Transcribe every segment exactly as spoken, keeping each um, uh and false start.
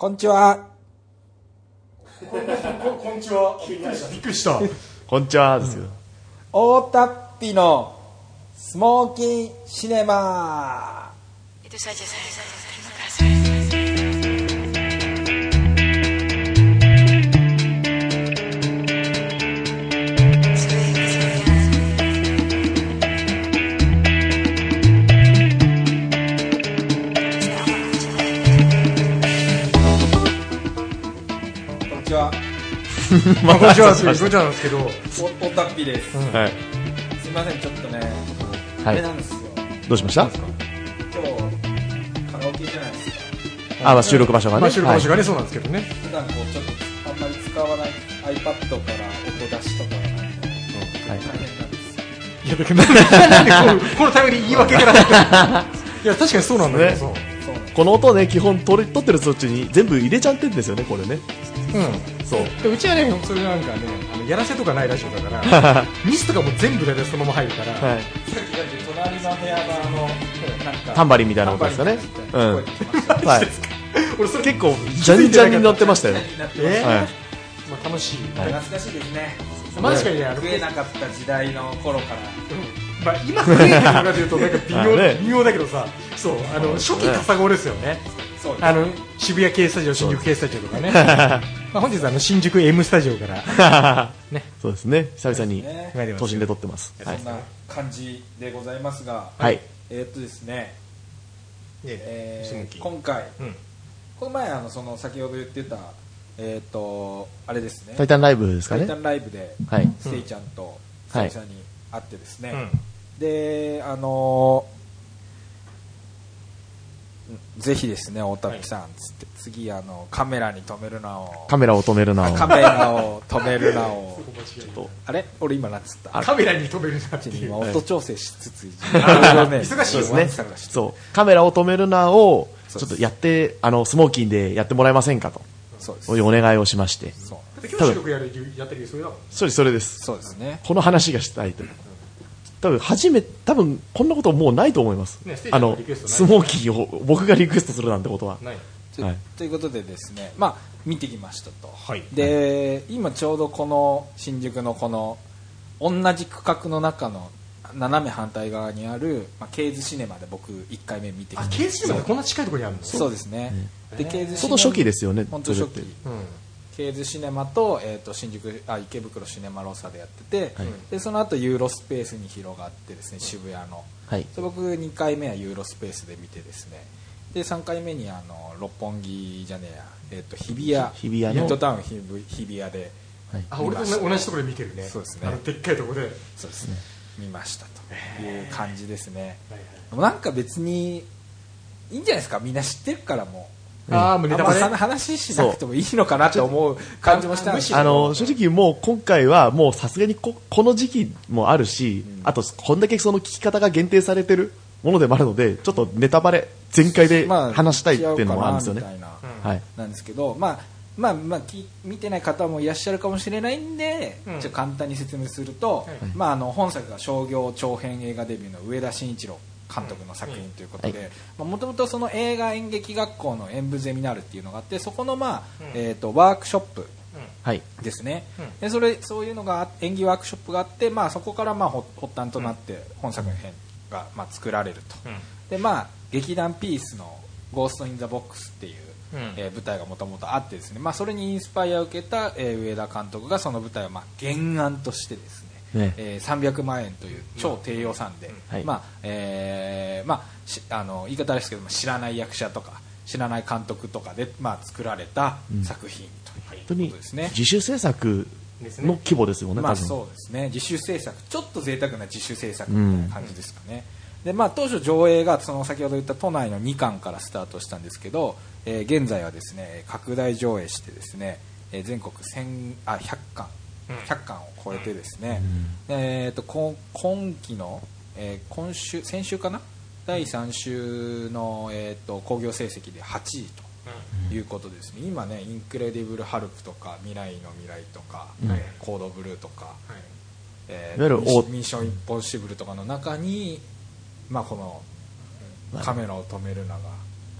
こんにちは。 こんにちは。びっくりした。 こんにちはですよ。 大田っぴのスモーキーシネマ。 まあ、こんにちはっていうことなんですけど、 大田っぴです、うん、 はい、 すみません、ちょっとね、 はい、 あれなんですよ。 どうしました？ 今日カラオケじゃないですか。 あ、まあ、収録場所がね、 まあ、収録場所がね、はい、そうなんですけどね。 普段こうちょっとあんまり使わない iPad から音出しとかがないと、うん、はい、大変なんですよ。 いや、だからなんでこのタイミングで言い訳からいや、確かにそうなんだけど、ね、 この音ね、基本取ってるそっちに全部入れちゃってるんですよね、これね。 うん、そうでうちはね、それなんかね、あのやらせとかないラジオだからミスとかも全部でそのまま入るから、はい、 さっきだって隣の部屋側のなんかタンバリンみたいな音ですかね。うん、はい、 俺それ結構じゃんじゃんに乗ってましたよ。 えー、はい、まあ、楽しい、 はい、懐かしいですね。 確かにね、 食えなかった時代の頃から、 うん、まあ、今食えてるのかというとなんか微妙、ね、微妙だけどさ、そう、あの初期カサゴですよね。あの渋谷Kスタジオ、新宿Kスタジオとかねまあ本日はあの新宿 M スタジオからね、 そうですね、久々に都心で撮ってます。 そんな感じでございますが、 はい、 えー、っとですね、えー、今回、うん、この前あのその先ほど言ってたえー、っとあれですね、 タイタンライブですかね。 タイタンライブで、はい、ステイちゃんと久々に会ってですね、はい、であのーぜひですね、大田さんつって、はい、次あのカメラに止めるなをカメラを止めるなをカメラを止めるなをあれ俺今なんつったカメラに止めるなっていう、 今音調整しつつ、 はい、ね、忙しいですね。 そうカメラを止めるなをちょっとやってあのスモーキーでやってもらえませんかと、そうです、お願いをしまして、 そうだって今日収録やるやってるそれだもんね。 それそれです。 そうですね。 この話がしたいと。多分初め多分こんなこともうないと思います、ね、あのスモーキーを僕がリクエストするなんてことはない、 はい、ということでですね、まあ見てきましたと、はい、で、はい、今ちょうどこの新宿のこの同じ区画の中の斜め反対側にある、まあ、ケーズシネマで僕いっかいめ見てきました。 あ、ケーズシネマってこんな近いところにあるの？ そうですね、うん、でケーズシネマ初期ですよね、 本当初期、うん、ケーズシネマと、えー、と新宿あ池袋シネマロサでやってて、はい、でその後ユーロスペースに広がってですね、渋谷の、はい、で僕にかいめはユーロスペースで見てですね、でさんかいめにあの六本木じゃねえや、えー、と日比谷日比谷ミッドタウン日比谷で、 はい、あ、俺と同じところで見てるね。 そうですね、 あのでっかいところで、 そうですね、見ましたという感じですね。はいはい、なんか別にいいんじゃないですか、みんな知ってるからもう。ああ、もうネタバレ話しなくてもいいのかなと思う感じもしたんですけど、 あの正直もう今回はもうさすがに こ, この時期もあるし、うん、あとこんだけその聞き方が限定されてるものでもあるので、ちょっとネタバレ全開で話したいっていうのもあるんですよね。 まあ、はい、なんですけど、まあまあまあ、見てない方もいらっしゃるかもしれないんで、うん、ちょっと簡単に説明すると、はい、まあ、あの本作が商業長編映画デビューの上田慎一郎監督の作品ということで、もともとその映画演劇学校の演舞ゼミナールっていうのがあって、そこの、まあ、うん、えー、とワークショップですね、うん、でそれそういうのが演技ワークショップがあって、まあ、そこからまあ発端となって本作編がまあ作られると、うん、でまあ、劇団ピースのゴースト・イン・ザ・ボックスっていう、うん、えー、舞台がもともとあってですね、まあ、それにインスパイアを受けた、えー、上田監督がその舞台をまあ原案としてですね、ね、えー、さんびゃくまんえんという超低予算で、うん、まあえーまあ、あの言い方ですけども、知らない役者とか知らない監督とかで、まあ、作られた作品ということですね。 本当に自主制作の規模ですよね。 まあ、そうですね、自主制作、ちょっと贅沢な自主制作みたいな感じですかね。うん、でまあ、当初上映がその先ほど言った都内のにかんからスタートしたんですけど、えー、現在はですね拡大上映してですね、えー、全国せんあひゃっかんひゃっかんを超えてですね、うん、えー、と今, 今期の、えー、今週先週かなだいさん週の、えー、と興行成績ではちいということですね。今ね、インクレディブル・ハルクとか未来の未来とか、うん、コードブルーとか、はい、えー、ミッション・インポッシブルとかの中に、まあ、このカメラを止めるなが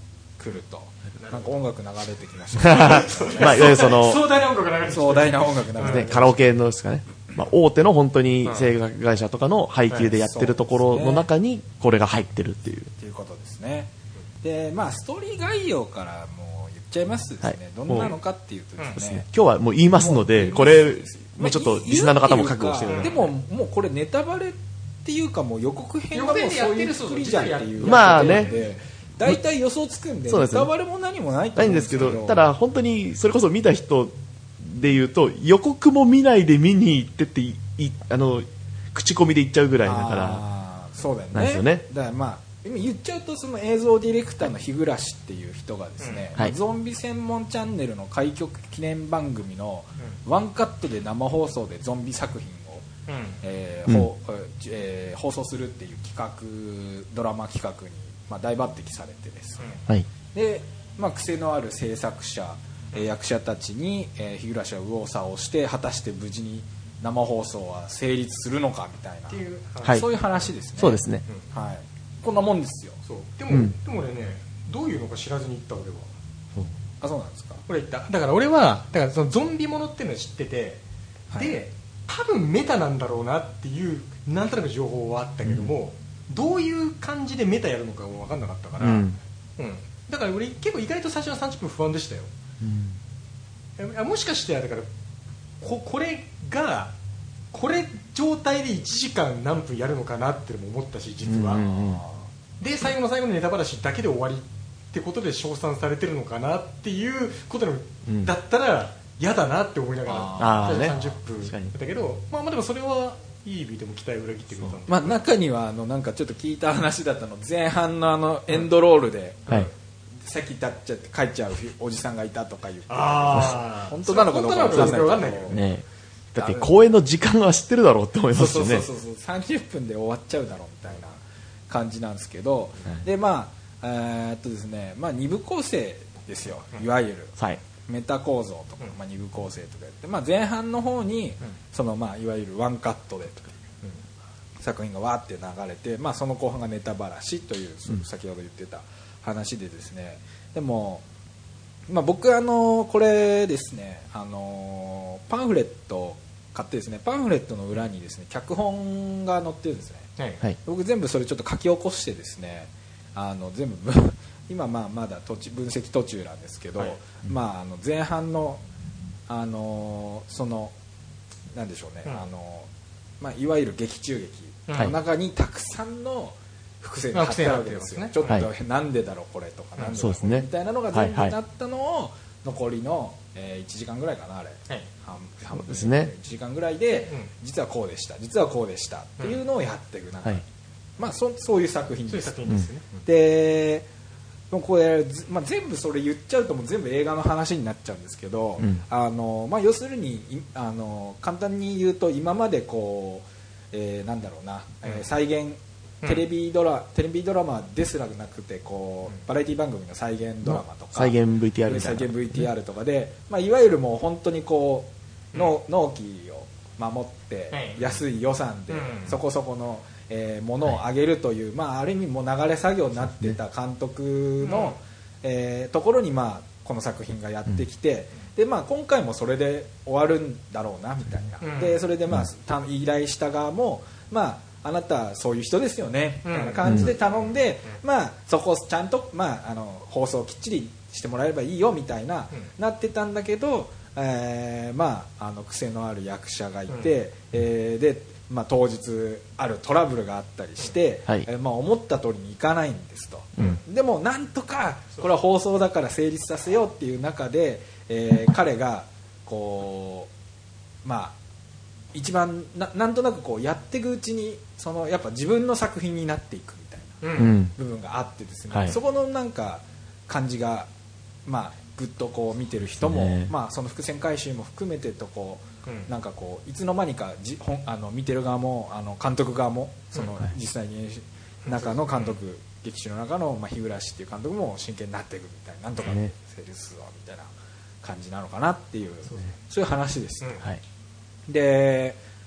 来るとなんか音楽流れてきました、ね、まあ、いわゆるその壮大な音楽流れてきました、 壮大な音楽流れてきました、 ね、カラオケのですかね、まあ、大手の本当に声楽会社とかの配給でやってるところの中にこれが入ってるっていうっていうことですね。でまあストーリー概要からもう言っちゃいますとですね、はい、どんなのかっていうとですね、 今日はもう言いますのでこれもうちょっとリスナーの方も覚悟してください。 でももうこれネタバレっていうかもう予告編はもうそういう作りじゃんっていうまあね大体予想つくんで、ネタバレも何もないと思うんですけど、ただ本当にそれこそ見た人でいうと予告も見ないで見に行ってっていあの口コミで言っちゃうぐらいだからそうだよね。 なんですよね。 だからまあ言っちゃうとその映像ディレクターの日暮っていう人がですね、うんはい、ゾンビ専門チャンネルの開局記念番組のワンカットで生放送でゾンビ作品を、うんえーうんえー、放送するっていう企画ドラマ企画に、まあ、大抜擢されてですね、 はい、 で、まあ、癖のある制作者、えー、役者たちに、えー、日暮は右往左往して果たして無事に生放送は成立するのかみたいな、はい、そういう話ですね。 そうですね、 うんはい、こんなもんですよ。 そうでも、うん、でも俺ねどういうのか知らずに行った俺は。 あそうなんですか。 俺言っただから俺はだからそのゾンビものっていうのを知ってて、はい、で多分メタなんだろうなっていうなんとなく情報はあったけども、うん、どういう感じでメタやるのかも分かんなかったから、うんうん、だから俺結構意外と最初のさんじゅっぷん不安でしたよ、うん、もしかしてだから こ, これがこれ状態でいちじかん何分やるのかなっても思ったし実は、うんうんうん、で最後の最後のネタばらしだけで終わりってことで称賛されてるのかなっていうことだったら嫌だなって思いながら、うん、さんじゅっぷんだったけど、まあ、まあでもそれはいい意味でも期待を裏切ってくれたんで、 まあ、中にはあのなんかちょっと聞いた話だったの前半のあのエンドロールで、うんはい、先立っちゃって帰っちゃうおじさんがいたとか言ってあ本当なのかどうか分かんないけどねだって公演の時間は知ってるだろうって思いますよね。 そうそうそうそうさんじゅっぷんで終わっちゃうだろうみたいな感じなんですけど、はい、でまあえー、っとですねまあ二部構成ですよいわゆる、はい、メタ構造とか、まあ、二部構成とかやって、まあ、前半の方に、うん、そのまあいわゆるワンカットでとかいう、うん、作品がわーって流れて、まあ、その後半がネタばらしという、うん、先ほど言ってた話でですねでも、まあ、僕あのこれですねあのパンフレット買ってですねパンフレットの裏にですね脚本が載ってるんですね、はい、僕全部それちょっと書き起こしてですねあの全部今まあまだ途中分析途中なんですけど、はいまあ、あの前半の、あのそのなんでしょうね、うんあのまあ、いわゆる劇中劇の中にたくさんの伏線が貼ってあるわけですよ、ね、ちょっと、はい、なんでだろうこれとかなんでだろうこれみたいなのが全部なったのを残りの、えー、いちじかんぐらいかなあれ、はい、半, 半分ですねいちじかんぐらいで、うん、実はこうでした実はこうでしたっていうのをやっていくなんか、はいまあ、そ, そういう作品です。そういう作品ですね、うん、でこれ、まあ、全部それ言っちゃうともう全部映画の話になっちゃうんですけど、うんあのまあ、要するにあの簡単に言うと今までこう、えー、なんだろうな、うんえー、再現テレビドラ、うん、テレビドラマですらなくてこう、うん、バラエティ番組の再現ドラマとか再現 ブイティーアール みたいな再現 ブイティーアール とかで、まあ、いわゆるもう本当にこう、うん、納期を守って安い予算でそこそこのえー、ものを上げるという、はいまあ、ある意味もう流れ作業になっていた監督の、うんえー、ところに、まあ、この作品がやってきて、うんでまあ、今回もそれで終わるんだろうなみたいな、うん、でそれで、まあ、依頼した側も、まあ、あなたそういう人ですよねみたいな感じで頼んで、うんまあ、そこをちゃんと、まあ、あの放送をきっちりしてもらえればいいよみたいな、うん、なってたんだけど、えーまあ、あの癖のある役者がいて、うんえー、でまあ、当日あるトラブルがあったりして、はいえーまあ、思った通りにいかないんですと、うん、でもなんとかこれは放送だから成立させようっていう中で、えー、彼がこう、まあ、一番 な, なんとなくこうやっていくうちにそのやっぱ自分の作品になっていくみたいな部分があってですね、うん、そこのなんか感じが、まあ、ぐっとこう見てる人も、ねまあ、その伏線回収も含めてとこうなんかこういつの間にかじほんあの見てる側もあの監督側もその実際に中の監督劇中の中の、まあ、日暮っていう監督も真剣になっていくみたいななんとか成立するわみたいな感じなのかなっていうそういう話です、うんはい、で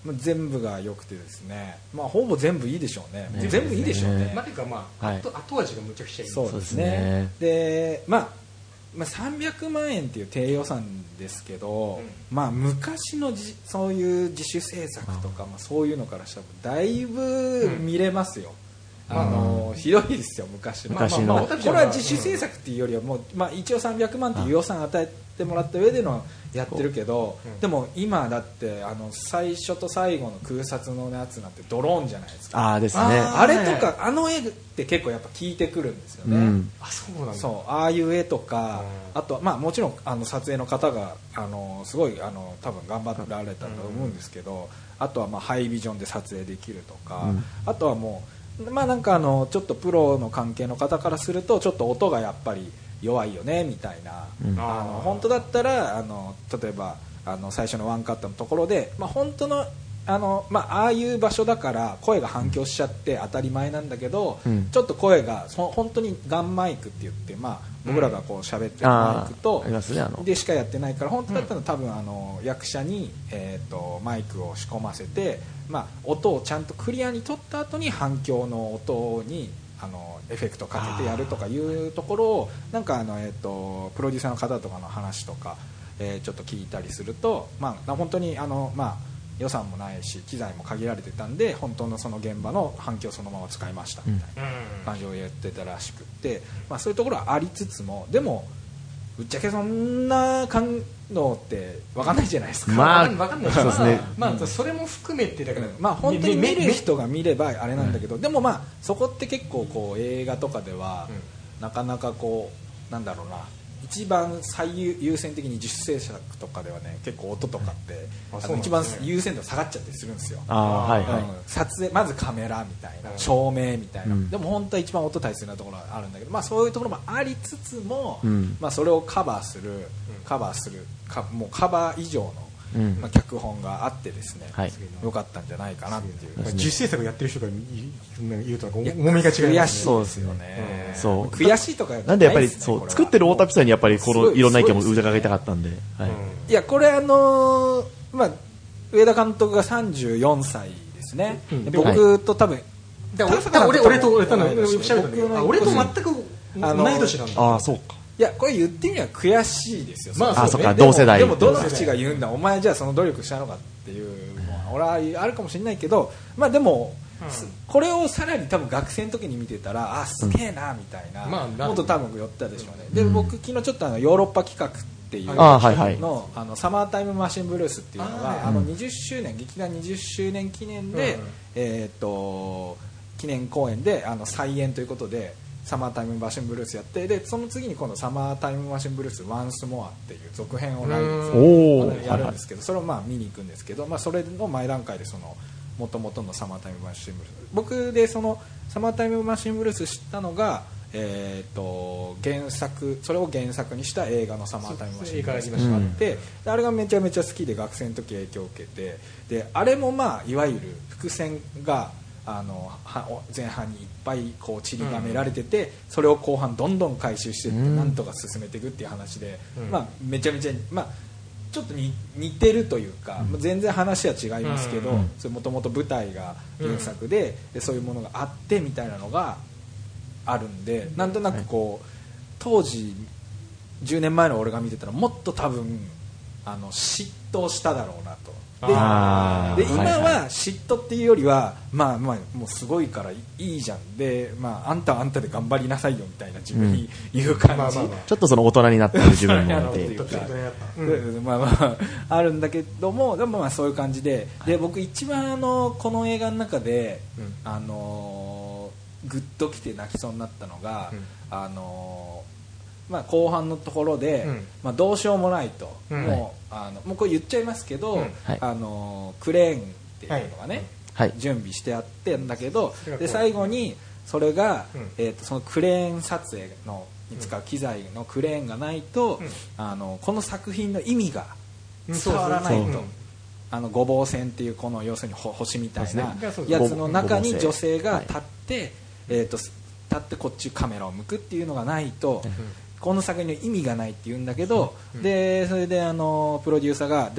全部が良くてですね、まあ、ほぼ全部いいでしょうね、ね全部いいでしょうね、 まあ、ていうか、まあ、はい、後, 後味がむちゃくちゃいい。 そうですね。で、まあまあ、さんびゃくまんえんっていう低予算ですけど、うん、まあ、昔のじそういう自主制作とか、まあ、そういうのからしたらだいぶ見れますよ、うん、あのひどいですよ昔の。 昔の、 まあまあまあ、これは自主制作っていうよりはもう、まあ、一応さんびゃくまんっていう予算与えてもらった上でのやってるけど、うん、でも今だってあの最初と最後の空撮のやつなんてドローンじゃないですか。 あーですね。 あれとかあの絵って結構やっぱ効いてくるんですよね、うん、 あそうなんだ。 そうああいう絵とか、うん、あとは、まあ、もちろんあの撮影の方があのすごいあの多分頑張られたと思うんですけど、うん、あとはまあハイビジョンで撮影できるとか、うん、あとはもうまあなんかあのちょっとプロの関係の方からするとちょっと音がやっぱり弱いよねみたいな、うん、あの本当だったらあの例えばあの最初のワンカットのところで、まあ、本当のあの、まあ、ああいう場所だから声が反響しちゃって当たり前なんだけど、うん、ちょっと声がそ本当にガンマイクって言って、まあ、僕らがこう喋ってるマイクと、うん、でしかやってないから本当だったら多分あの役者に、えー、とマイクを仕込ませて、まあ、音をちゃんとクリアに取った後に反響の音にあのエフェクトかけてやるとかいうところをなんかあの、えー、とプロデューサーの方とかの話とか、えー、ちょっと聞いたりすると、まあ、本当にあの、まあ、予算もないし機材も限られてたんで本当のその現場の反響そのまま使いましたみたいな感じを言ってたらしくって、まあ、そういうところはありつつもでもぶっちゃけそんな感動って分かんないじゃないですか。 まあ、 分かんないですね。まあ、まあ、それも含めてだから、 まあ、本当に見る人が見ればあれなんだけど、でもまあそこって結構こう映画とかではなかなかこうなんだろうな一番最優先的に自主制作とかではね結構音とかってあの一番優先度下がっちゃったりするんですよ。 あ、はいはい、うん、 撮影まずカメラみたいな照明みたいな、うん、でも本当は一番音大切なところがあるんだけど、まあ、そういうところもありつつも、うん、まあ、それをカバーするカバーするかもうカバー以上のうん、まあ、脚本があってですね、はい、よかったんじゃないかなっていう。 自主制作やってる人が言うと重みが違いますね。 悔しいですよね、うん、そう悔しいとかないですね。 なんでやっぱりそう作ってる太田さんにやっぱりこのいろんな意見も伺いたかったんで、はい、 いやこれあのー、まあ上田監督がさんじゅうよんさいですね、うん、僕と多分、 はい、俺俺と俺と俺と全く同い年なんだ。 ああそうか。 いやこれ言ってみれば悔しいですよ。 まあ、あそうか同世代でもどの口が言うんだお前じゃあその努力したのかっていうのは俺はあるかもしれないけど、まあでも、うん、これをさらに多分学生の時に見てたらあすげえなみたいな、うん、もっと多分寄ったでしょうね、うん、で僕昨日ちょっとあのヨーロッパ企画っていうのあ、はいはい、 のあのサマータイムマシンブルースっていうのがあのにじゅっしゅうねん劇団にじゅっしゅうねん記念で、うん、えー、と記念公演であの再演ということでサマータイムマシンブルースやってでその次に今度サマータイムマシンブルースワンスモアっていう続編を来月やるんですけどそれをまあ見に行くんですけど、まあ、それの前段階でその元々のサマータイムマシンブルース僕でそのサマータイムマシンブルース知ったのが、えー、と原作それを原作にした映画のサマータイムマシンブルースがあってあれがめちゃめちゃ好きで学生の時影響を受けてであれもまあいわゆる伏線があの前半にいっぱいこう散りばめられてて、うん、それを後半どんどん回収していってなんとか進めていくっていう話で、うんまあ、めちゃめちゃ、まあ、ちょっとに似てるというか、うん、全然話は違いますけどもともと舞台が原作で、うん、でそういうものがあってみたいなのがあるんでなんとなくこう当時じゅうねんまえの俺が見てたらもっと多分あの嫉妬しただろうなと。で, で今は嫉妬っていうよりは、まあまあもうすごいからいいじゃんで、まあ、あんたはあんたで頑張りなさいよみたいな自分に言う感じ、うん、 ちょっとその大人になってる自分もっていうかまあまああるんだけどもでもまあそういう感じでで僕一番あのこの映画の中で、うん、あのグッときて泣きそうになったのが、うん、あのまあ、後半のところで、うんまあ、どうしようもないと、うん、もうあのもうこれ言っちゃいますけど、うんはい、あのクレーンっていうのがね、はい、準備してあってんだけど、はい、で最後にそれが、うんえー、とそのクレーン撮影のに使う機材のクレーンがないと、うん、あのこの作品の意味が伝わらないと。あのごぼう線っていうこの要するに星みたいなやつの中に女性が立って、はいえー、と立ってこっちカメラを向くっていうのがないと、うんこの作品の意味がないって言うんだけど、うん、でそれであのプロデューサーがでも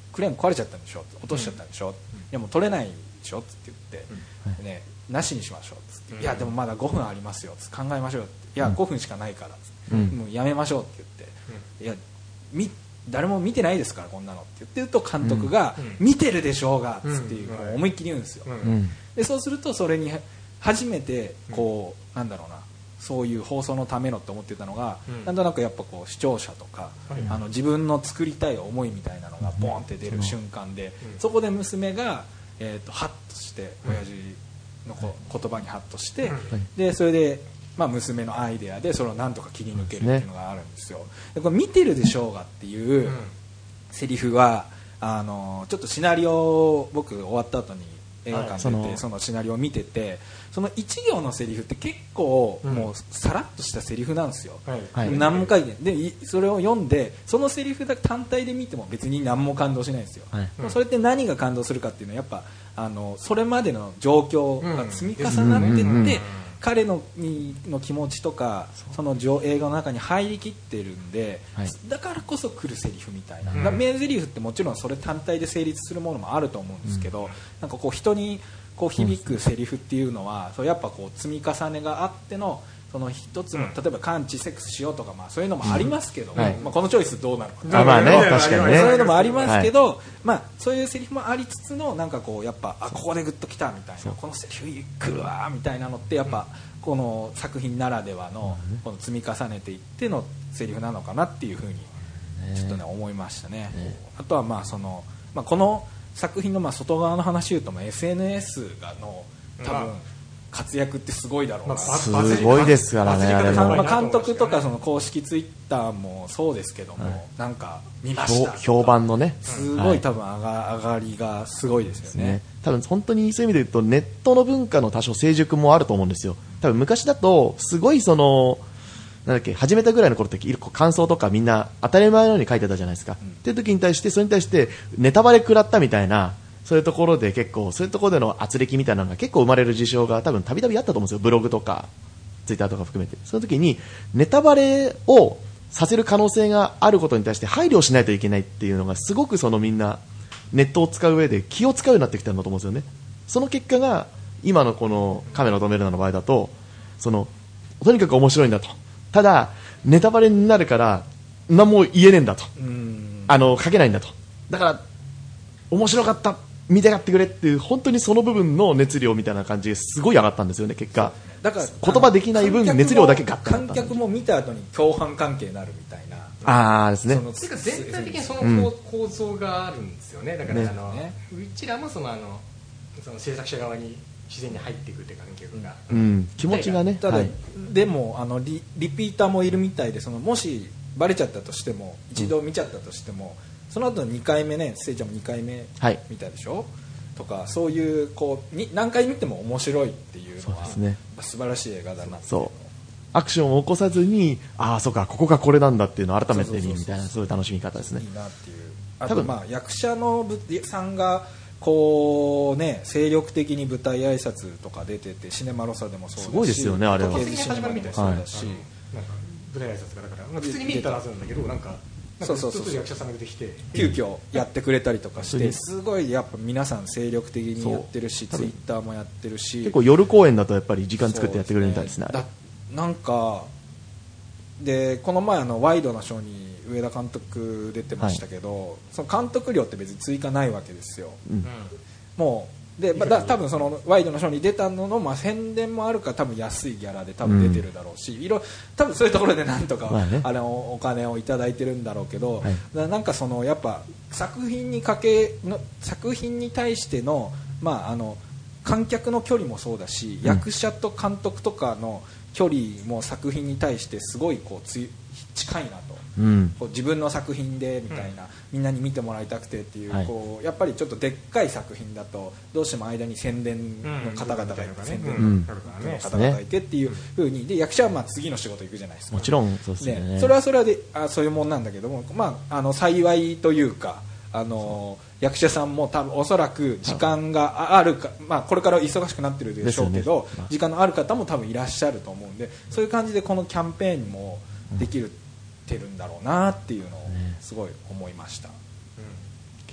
クレーン壊れちゃったんでしょ、落としちゃったんでしょ、うん、いやもう取れないでしょって言って、うんね、なしにしましょうって言って、うん、いやでもまだごふんありますよって考えましょうって、いやごふんしかないからって、うん、もうやめましょうって言って、うん、いやみ誰も見てないですからこんなのって言ってると監督が、うん、見てるでしょうがっつっていう、うん、思いっきり言うんですよ、うん、でそうするとそれに初めてこう、うん、なんだろうな、そういう放送のためのって思ってたのが、うん、なんとなくやっぱこう視聴者とか、はい、あの自分の作りたい思いみたいなのがボーンって出る瞬間で、うん、そこで娘が、えー、とハッとして親父のこ、うん、言葉にハッとして、うん、でそれで、まあ、娘のアイデアでそれをなんとか切り抜けるっていうのがあるんですよ。でこれ見てるでしょうがっていうセリフはあのちょっとシナリオを僕終わった後に映画館で、はい、そのシナリオを見てて、その一行のセリフって結構もうさらっとしたセリフなんですよ、はい、何回ででそれを読んでそのセリフだけ単体で見ても別に何も感動しないんですよ、はい、それって何が感動するかっていうのはやっぱあのそれまでの状況が積み重なってって、うんね、彼のにの気持ちとかその映画の中に入りきってるんで、はい、だからこそ来るセリフみたいな、うん、だ名台詞ってもちろんそれ単体で成立するものもあると思うんですけど、うん、なんかこう人にこう響くセリフっていうのはそうやっぱこう積み重ねがあってのその一つの、例えば完治セックスしようとか、まあ、そういうのもありますけど、うんはいまあ、このチョイスどうなのか、 まあね、確かにね、 そういうのもありますけど、はいまあ、そういうセリフもありつつのなんかこうやっぱあここでグッときたみたいなこのセリフ来るわみたいなのってやっぱこの作品ならではのこの積み重ねていってのセリフなのかなっていうふうにちょっとね思いましたね。あとはまあその、まあ、この作品のまあ外側の話言うと、まあ、エスエヌエス がの多分活躍ってすごいだろうな、まあ、 すごいですからねあれも、 まあ、監督とかその公式ツイッターもそうですけども、はい、なんか見ました評判のねすごい多分上が、上がりがすごいですよね。ね多分本当にそういう意味で言うとネットの文化の多少成熟もあると思うんですよ。多分昔だとすごいそのなんだっけ始めたぐらいの頃って感想とかみんな当たり前のように書いてたじゃないですか、うん、っていう時に対してそれに対してネタバレ食らったみたいなそういうところで結構そういうところでの圧力みたいなのが結構生まれる事象が多分たびたびあったと思うんですよ。ブログとかツイッターとか含めてその時にネタバレをさせる可能性があることに対して配慮しないといけないっていうのがすごくそのみんなネットを使う上で気を使うようになってきたんだと思うんですよね。その結果が今のこのカメラを止めるなの場合だとそのとにかく面白いんだと、ただネタバレになるから何も言えねえんだと、あの書けないんだと、だから面白かった見てやってくれっていう本当にその部分の熱量みたいな感じですごい上がったんですよね。結果だから言葉できない分熱量だけガッと観客も見た後に共犯関係になるみたいなああですね。 その全体的にその構造があるんですよね。だから、ね、あのね、うちらもそのあのその制作者側に自然に入っていくっていう関係が、 うん、気持ちがね。 ただ、はい、でもあの リ, リピーターもいるみたいでそのもしバレちゃったとしても一度見ちゃったとしても、うん、その後にかいめねせいちゃんもにかいめ見たでしょ、はい、とかそういうこうに何回見ても面白いっていうのはそうですね、素晴らしい映画だなってそうアクションを起こさずにああそうかここがこれなんだっていうのを改めて見るみたいなそういう楽しみ方ですね。 いいなっていうあとまあ役者のさんがこうね精力的に舞台挨拶とか出ててシネマロサでもそうだしすごいですよねあれは刑事シネマみたいなそうだし、はい、 なんか舞台挨拶がだから、まあ、普通に見てたはずなんだけどなんかそうそうそう役者さんが出てきて急遽やってくれたりとかしてすごいやっぱ皆さん精力的にやってるしツイッターもやってるし結構夜公演だとやっぱり時間作ってやってくれるみたいですね。 だなんかでこの前あのワイドなショーに上田監督出てましたけど、はい、その監督料って別に追加ないわけですよ、うん、もうで、まあ、だ多分そのワイドなショーに出たのの、まあ、宣伝もあるから多分安いギャラで多分出てるだろうし、うん、いろ多分そういうところでなんとか、まあね、あれお金をいただいてるんだろうけど、はい、だなんかそのやっぱ作品にかけの作品に対しての、まあ、あの観客の距離もそうだし、うん、役者と監督とかの距離も作品に対してすごいこうつ近いなと、うん、こう自分の作品でみたいな、うん、みんなに見てもらいたくてっていう、はい、こうやっぱりちょっとでっかい作品だとどうしても間に宣伝の方々がいる、うん、宣伝の方々がいてっていう風にで役者はまあ次の仕事行くじゃないですか。 もちろんそうですね。 でそれはそれであそういうもんなんだけども、まあ、あの幸いというかあの役者さんも多分おそらく時間があるか、まあ、これから忙しくなってるでしょうけど、ね、時間のある方も多分いらっしゃると思うんでそういう感じでこのキャンペーンもできる、うん、てるんだろうなっていうのをすごい思いました、うん、 結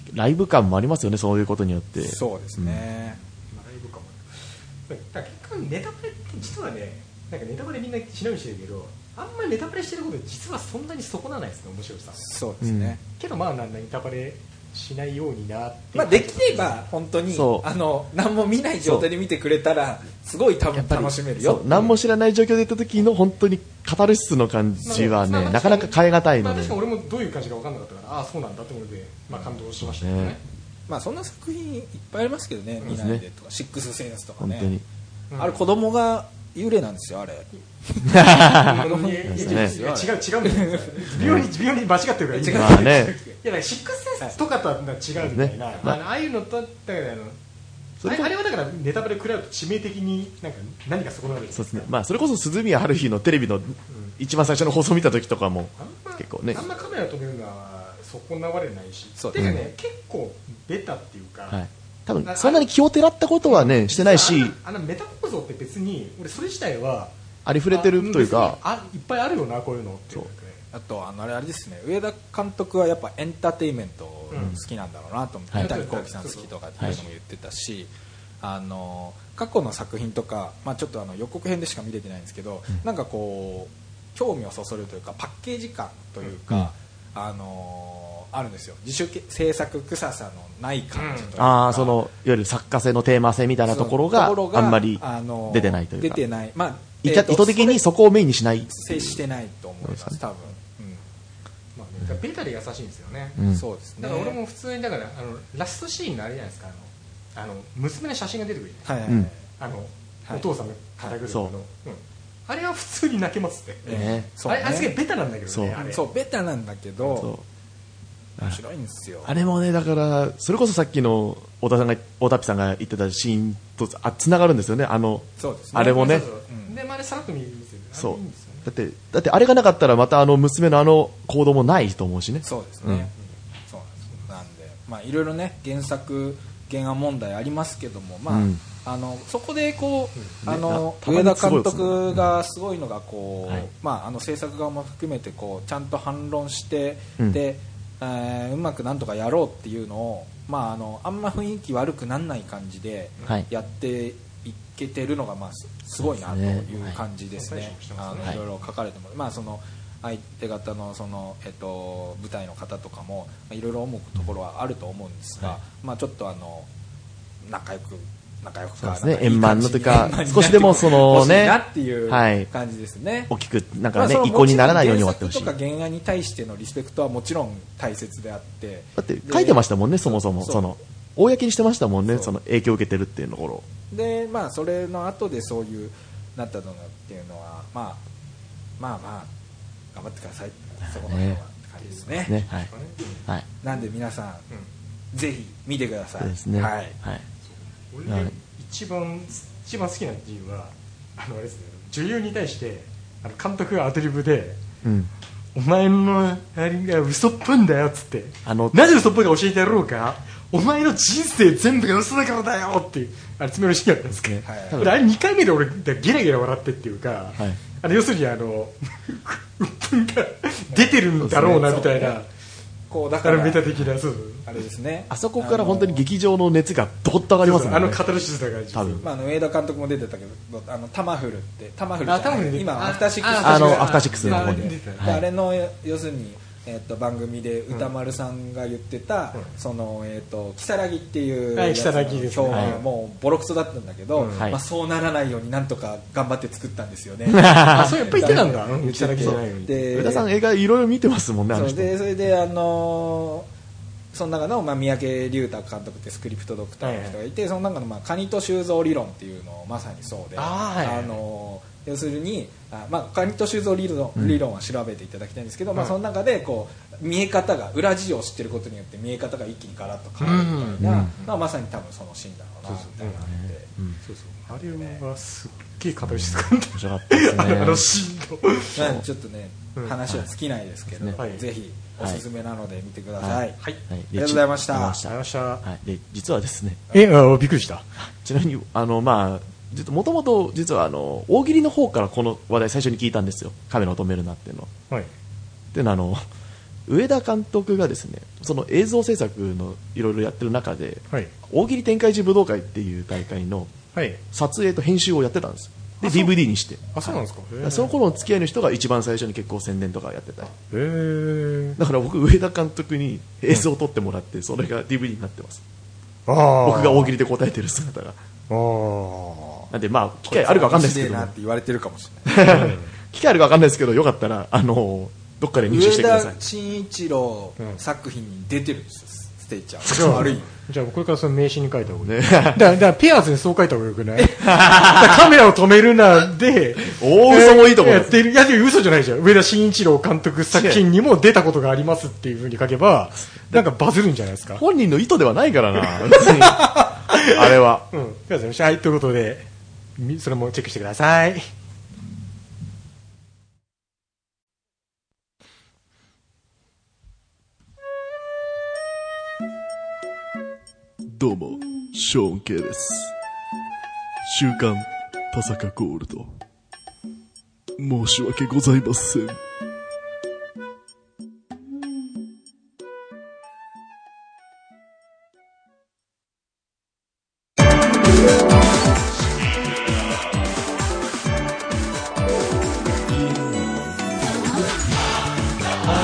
ライブ感もありますよね、そういうことによって。 そうですね、 うん、ライブ感もだから結構ネタバレって実はね、なんかネタバレみんなしないようにしてるけど、あんまりネタバレしてること実はそんなに損なないですね、面白さ。 そうですね、 うん、けどまあなんだネタバレしないようになって、 まあ、できれば本当にあの何も見ない状態で見てくれたらすごい多分楽しめるよ。 何も知らない状況で行った時の本当にカタルシスの感じはね、まあまあ、なかなか変え難いので、 まあ、確かに俺もどういう感じか分かんなかったから、ああそうなんだって思って、まあ、感動しましたけどね。ね、 まあ、そんな作品いっぱいありますけどね、見ないでとかシックスセンスとかね、 本当に、 うん、あれ子供が幽霊なんですよ、あれ。 いや違う違う微妙に微妙に間違ってるからいい、まあね、いやシックスセンスとかとは違うみたいな、ね、まあ、ああいうのとだからあのあれ、あれはだからネタバレ食らうと致命的になんか何か損なるんです。 そうですね。まあそれこそ鈴宮春日のテレビの一番最初の放送を見た時とかも結構ね。 あんまカメラ止めるのは損なわれないし、そうですね。てかね、結構ベタっていうか。はい。多分そんなに気をてらったことはねしてないし。 あのメタ構造って別に俺それ自体はありふれてるというか。 あいっぱいあるよなこういうのって。 あとあのあれあれですね、上田監督はやっぱエンターテインメント好きなんだろうなと思って、三谷幸喜さん好きとかっていうのも言ってたし、あの過去の作品とか、まあ、ちょっとあの予告編でしか見れてないんですけど、うん、なんかこう興味をそそるというかパッケージ感というか、うん、あのあるんですよ、自主制作臭さのない感じというか、うん、 あそのいわゆる作家性のテーマ性みたいなところがあんまり出てないというか、 出てない、まあえー、意図的にそこをメインにしない接してないと思います、多分。 まあね、ベタで優しいんですよね、 うん、そうですね。 だから俺も普通にだからあのラストシーンのあれじゃないですか、あのあの娘の写真が出てくるじゃないですか、はいはいはい、あのお父さんの肩車の、はい、うん、あれは普通に泣けますね、えー、そうね、あれすげえベタなんだけどね、 そうあれそうベタなんだけど面白いんですよ。 あれもね、だからそれこそさっきの太田さんが太田ピさんが言ってたシーンとあつながるんですよね、あのそうですね、あれもね、そうそう、うん、で、まあ、あれさらっと見るんですよね。そう、いいんですよね。だってだってあれがなかったらまたあの娘のあの行動もないと思うしね。 そうですね、うん、そうなんです。なんでまあいろいろね原作原案問題ありますけども、まあ、うん、あのそこでこう、うん、あの上田監督がすごいのがこう、うん、はい、まああの制作側も含めてこうちゃんと反論して、うん、で、えー、うまくなんとかやろうっていうのを、まああのあんま雰囲気悪くなんない感じでやっていけてるのがまあすごいなという感じですね。あのいろいろ書かれても、まあその相手方のその、えっと、舞台の方とかもいろいろ思うところはあると思うんですが、はい、まあ、ちょっとあの仲良く仲良くか、 ね、円満のというか少しでもそのねなっていう感じですね、はい、 大きくなんかね、まあ、意向にならないように終わってほしい。 原作とか原案に対してのリスペクトはもちろん大切であって、 だって書いてましたもんね、そもそもその公にしてましたもんね、 そ, その影響を受けてるっていうところで、まあ、それの後でそういうなったのっていうのは、まあ、まあまあ頑張ってください、そこの辺はって感じですね。ね、はいはい、なんで皆さん、うん、ぜひ見てください。そうですね、はいはい、 俺が一番一番好きな理由はあのあれですね、女優に対してあの監督がアドリブで、うん、お前のあれが嘘っぽいんだよっつって、あのなぜ嘘っぽいか教えてやろうか、お前の人生全部が嘘だからだよっていうあれ詰めるシーンがあったんですけど、ね、はい、俺あれにかいめで俺ゲラゲラ笑ってっていうか、はい、あの要するにあのうっぷんが出てるんだろうなみたいな、こうだからメタ的な、そうあれですね、 あそこから本当に劇場の熱がどっと上がりますもんね。 あのカタルシスだから多分、 まあ、あの上田監督も出てたけど、あのタマフルってタマフルじゃない、今アフターシックスあのアフターシックスの方で、 はい、あれの要するにえー、と番組で歌丸さんが言ってた、うん、そのえーと如月っていうやつの表現、はい、もうボロクソだったんだけど、うん、まあ、そうならないようになんとか頑張って作ったんですよね。 あ、そうやっぱり言ってたんだ。如月じゃないように。 で、上田さん映画いろいろ見てますもんね。 そうで、それであのー、その中の、まあ、三宅龍太監督ってスクリプトドクターの人がいて、はいはい、その中の、まあ、カニと修造理論っていうのをまさにそうで、あ、はいはい、あのー要するにあ、まあ、カニと修造理論、理論は調べていただきたいんですけど、うん、まあ、その中でこう見え方が裏事情を知ってることによって見え方が一気にガラッと変わるみたいな、うんうん、まあ、まさに多分そのシーンだろうなみたいなので、 そうそう、あれはすっげえ語り質感面白かったですね。あのシーンのちょっとね、話は尽きないですけど、はい、ぜひおすすめなので見てください。はい、はい、ありがとうございました。 ありがとうございました。 はい、で実はですね、 えあびっくりした。 ちなみにあのまあもともと実はあの大喜利の方からこの話題最初に聞いたんですよ、カメラを止めるなっていうのは。はい、っていうのはあの上田監督がですね、その映像制作のいろいろやってる中で、 はい、 大喜利天下一武道会っていう大会の撮影と編集をやってたんですよ。で ディーブイディー にして。 あ、そうなんですか。 その頃の付き合いの人が一番最初に結構宣伝とかやってた。へー。 だから僕上田監督に映像を撮ってもらって、それが ディーブイディー になってます。あ、僕が大喜利で答えてる姿が。あ、なんでまあ機会あるか分かんないですけど、 なって言われてるかもしれない。 機会あるか分かんないですけど、よかったらあのどっかで入手してください。 上田慎一郎作品に出てるんですよ、ステイちゃん。悪い。 じゃあこれからその名刺に書いた方がいい。ね、だからだからペアーズにそう書いた方がよくない？カメラを止めるなで、 大嘘もいいところ。 やってる。いやでも嘘じゃないじゃん。上田慎一郎監督作品にも出たことがありますっていう風に書けば、なんかバズるんじゃないですか。 本人の意図ではないからな。別にあれは。 うん。はい、ということで、それもチェックしてください。 どうも、ショーン・ケイです。週刊田坂ゴールド。申し訳ございません。はい、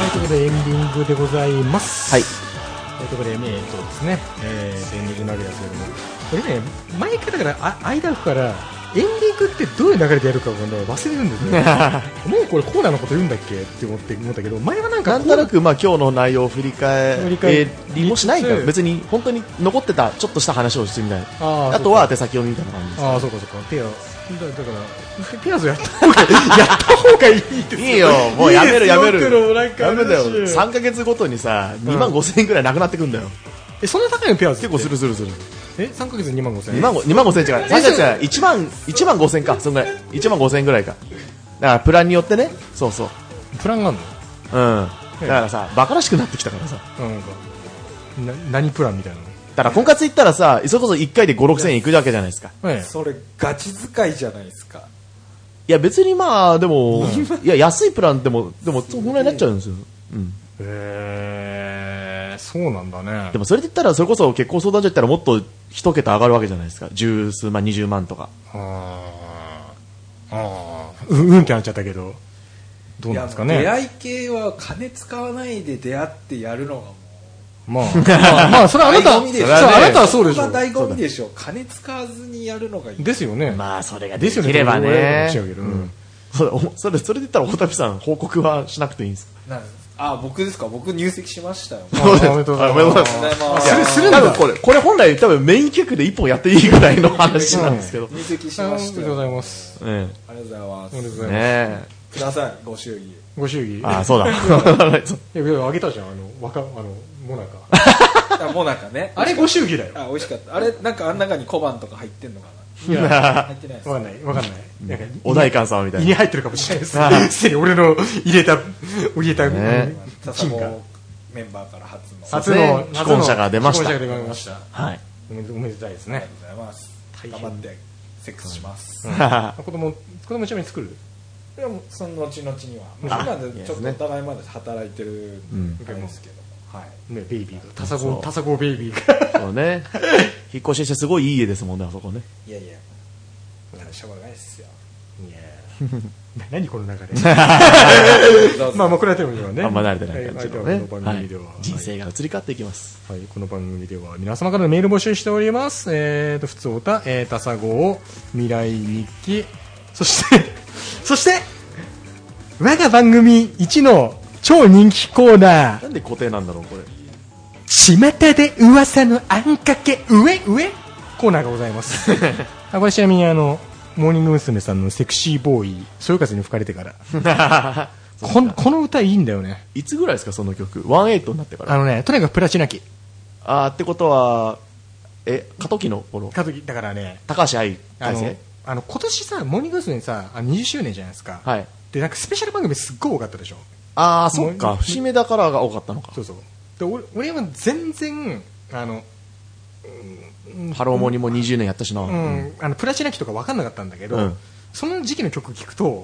ということでエンディングでございます。 はい。 ということで、えー、とですね、えー、エンディングなわけですけども、これね、毎回だから、あ間空くから、エンディングってどういう流れでやるかをね、忘れるんですね。もうこれコーナーのこと言うんだっけって思って思ったけど、前はなんかなんとなく、まあ、今日の内容を振り返りもしないから、別に本当に残ってたちょっとした話をしてみたい。あ, あとは手先読みみたいな感じです、ね。 ああ、そうかそうか。ペア、だ, だからペアーズやった方がやった方がいいですよ。 いいよ、もうやめるやめる。 やめだよ。さんかげつごとにさ、にまんごせんえんくらいなくなってくんだよ。 え、そんな高いのペアーズ？ 結構するするする。 え、さんかげつにまんごせんえん？ にまんごせんえん違う。さんかげつはいちまん、いちまんごせんか。そんぐらい。いちまんごせんえんぐらいか。だからプランによってね。そうそう。 プランがあるの？うん。だからさ、バカらしくなってきたからさ。 うん。な、何プランみたいなの？ だから婚活行ったらさ、それこそいっかいでご、ろくせんえんいくわけじゃないですか。 それガチ使いじゃないですか。 いや別にまあでも、いや安いプランでもでもそんぐらいになっちゃうんですよ。うん。 へえー、そうなんだね。 でもそれで言ったらそれこそ結婚相談所行ったらもっと一桁上がるわけじゃないですか。十数万、二十万とか。 ああ、ああ、うんうんってなっちゃったけど、どうなんですかね。 出会い系は金使わないで出会ってやるのがもう。 まあ、まあ、まあ、それはあなた、それはあなたはそうでしょ。 それが醍醐味でしょ。金使わずにやるのがいい。 ですよね。 まあ、それができればね。それ、それ、それで言ったら、大旅さん、報告はしなくていいんですか？ あ、僕ですか？僕入籍しましたよ。 おめでとうございます。するんだ。これ、これ本来多分メイン企画で一本やっていいぐらいの話なんですけど。 入籍しましたよ。 ありがとうございます。 ありがとうございます。 ありがとうございます。 ください、ご祝儀。 ご祝儀。 あ、そうだ。いや、 あげたじゃん、あの、若、あの、モナカ。 あ、モナカね。 あれご祝儀だよ。 あ、美味しかった。あれ、なんかあん中に小判とか入ってんのかな。 いや、入ってないです。わかんない、わかんない。 お代官様みたいな。 胃に入ってるかもしれないです。すでに俺の入れた、入れた金が。メンバーから初の。 初の既婚者が出ました。 既婚者が出ました。 はい。 おめでたいですね。 ありがとうございます。頑張ってセックスします。 子供、子供ちなみに作る？ いや、その後々には。今でちょっとお互いまで働いてるんですけど。はい。 ね、ベイビーが。タサゴ、タサゴベイビーが。そうね。引っ越ししてすごいいい家ですもんね、あそこね。 いやいや。しょうがないですよ。 いや何この流れ。まあまあこれはでもね。 あんま慣れてない感じのね。人生が移り変わっていきます。 はい、この番組では皆様からのメール募集しております。えっと、ふつおた、えー、タサゴ未来日記、そして、そして、我が番組一の超人気コーナー。 なんで固定なんだろう、これ。 巷で噂のあんかけ上上コーナーがございます。あ、これちなみにあの、モーニング娘。さんのセクシーボーイ、そよ風に吹かれてからこ, この歌いいんだよね。 いつぐらいですかその曲？ワンエイトになってから。 あのね、とにかくプラチナ期。 あーってことはえ過渡期の頃。 過渡期だからね、 高橋愛あのあの今年さモーニング娘。さあにじゅっしゅうねんじゃないですか。 はい。 でなんかスペシャル番組すっごい多かったでしょ。 ああそっか、節目だからが多かったのか。 そうそう。で 俺, 俺は全然あの、 うん、ハローモニもにじゅうねんやったしな、 うんうん、あのプラチナ期とか分かんなかったんだけど、うん、その時期の曲聴くと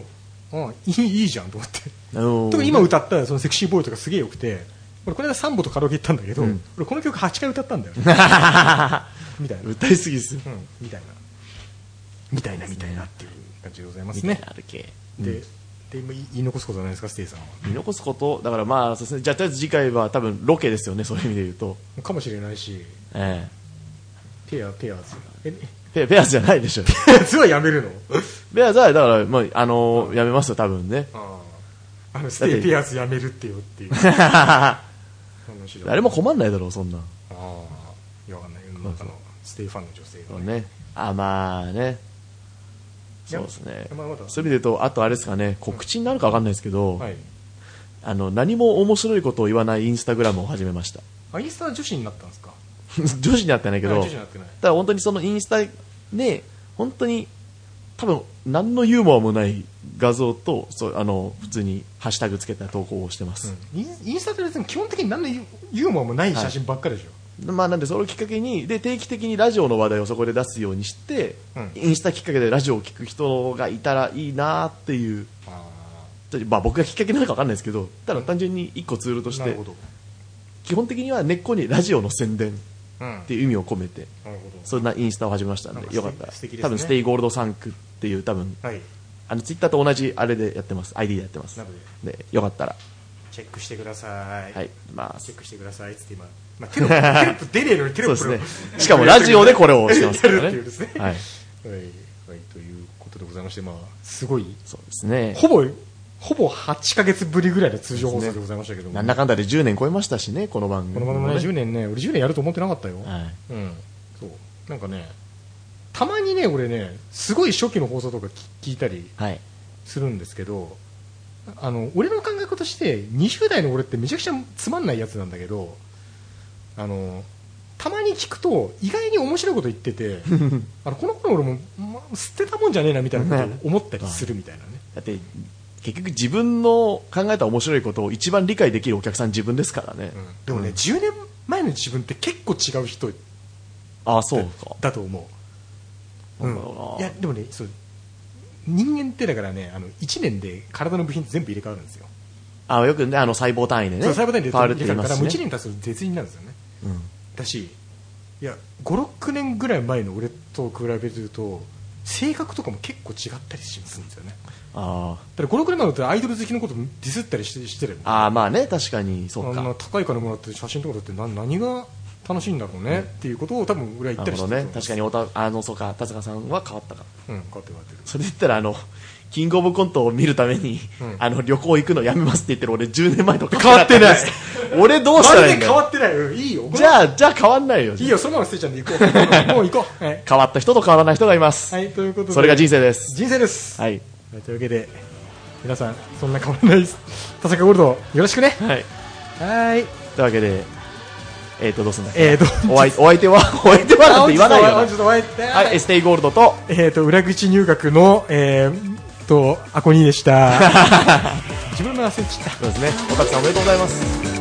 あいいいいじゃんと思って。特に今歌ったそのセクシーボーイとかすげえよくて、俺この間サンボとカラオケ行ったんだけど、うん、俺この曲はちかい歌ったんだよ、ね、みたいな。 歌いすぎっす、うん、 みたいなみたいなみたいなっていう感じでございますね。で、で今言い残すことないですか、ステイさんは。 言い残すことだから、まあそうですね、じゃあとりあえず次回は多分ロケですよね、そういう意味で言うとかもしれないし、 ええ、ペアペアーズえペペアーズじゃないでしょ。 ペアーズはやめるの？ ペアーズはだから、まあ、あのー、やめますよ多分ね。 ああのステイペアーズやめるってよっていう誰も困んないだろうそんな。ああ、いやわかんない、世の中のステイファンの女性がね。あ、まあね、そうですね。まあ、ま、そういう意味で言うと、あとあれですかね、告知になるかわかんないですけど、はい、あの何も面白いことを言わないインスタグラムを始めました。 あ、インスタ女子になったんですか？ 女子になってないけど、 女子になってない。 ただ本当にそのインスタで本当に多分何のユーモアもない画像と、そうあの普通にハッシュタグつけた投稿をしてます。 うん、インスタって別に基本的に何のユーモアもない写真ばっかりでしょ。 はい、まあ、なんでそれをきっかけにで定期的にラジオの話題をそこで出すようにして、うん、インスタきっかけでラジオを聞く人がいたらいいなっていう。あ、まあ、僕がきっかけなのか分かんないですけど、ただ単純に一個ツールとして、うん、基本的には根っこにラジオの宣伝っていう意味を込めて、うん、そんなインスタを始めましたので、よかったら、ね、多分ステイゴールドサンクっていう多分、はい、あのツイッターと同じあれでやってます、 アイディー でやってます。でよかったらチェックしてください。 はい、まあ、 チェックしてくださいって今、まあ、テロップテロップ出ねえのにテロップそうですね。しかもラジオでこれをしてますからね。はい、はい、はい、 ということでございまして、まあすごい、 そうですね。 ほぼほぼはちかげつぶりぐらいの通常放送でございましたけども、ね、 なんだかんだでじゅうねん超えましたしね、この番組、 この番組ね、じゅうねんね、俺じゅうねんやると思ってなかったよ。はい、うん、そうなんかね、たまにね、俺ね、すごい初期の放送とか聞いたりするんですけど、はい、あの俺の感覚としてにじゅう代の俺ってめちゃくちゃつまんないやつなんだけど、あのたまに聞くと意外に面白いこと言っててあのこの頃俺も、ま、捨てたもんじゃねえなみたいなことを思ったりするみたいなね。 だって結局自分の考えた面白いことを一番理解できるお客さん自分ですからね。うん、 でもね、うん、じゅうねんまえの自分って結構違う人あ、そうかだと思う。うん、いやでもね、そう人間ってだからね、あのいちねんで体の部品って全部入れ替わるんですよ。 あ、よくね、あの細胞単位でね、 そう細胞単位で変わるって言いますね。からいちねん経つと絶人なんですよね。うん、だし、いやごろくねんぐらい前の俺と比べると性格とかも結構違ったりしますんですよね。ああ、だからごろくねんまえだったらアイドル好きのことディスったりしてしてる。 ああ、まあね、確かにそうか。 あんな高い金もらって写真とかだって何何が楽しいんだろうね、うん、っていうことを多分俺は言ったりしてる。 ね、確かにおたあのそうか、田坂さんは変わったか。 うん、変わって変わってる。 それで言ったらあのキングオブコントを見るために、うん、あの旅行行くのやめますって言ってる俺じゅうねんまえとか変わってない俺どうしたらいいんだよ。 変わってない、うん、いいよ。 じゃあじゃあ変わんないよ。 いいよ、そのまま捨てちゃうんで行こうもう行こう、はい、 変わった人と変わらない人がいます。 はい、ということでそれが人生です。 人生です。 はい、 というわけで皆さんそんな変わらない田坂ゴールドよろしくね。 はい、 はい、 というわけでえーとどうすんだっけ、 えーとお相お相手はお相手はなんて言わないよな。はい、ステイゴールドとえーと裏口入学のえーとアコニーでした自分の忘れちゃった。 そうですね。おたくさんおめでとうございます。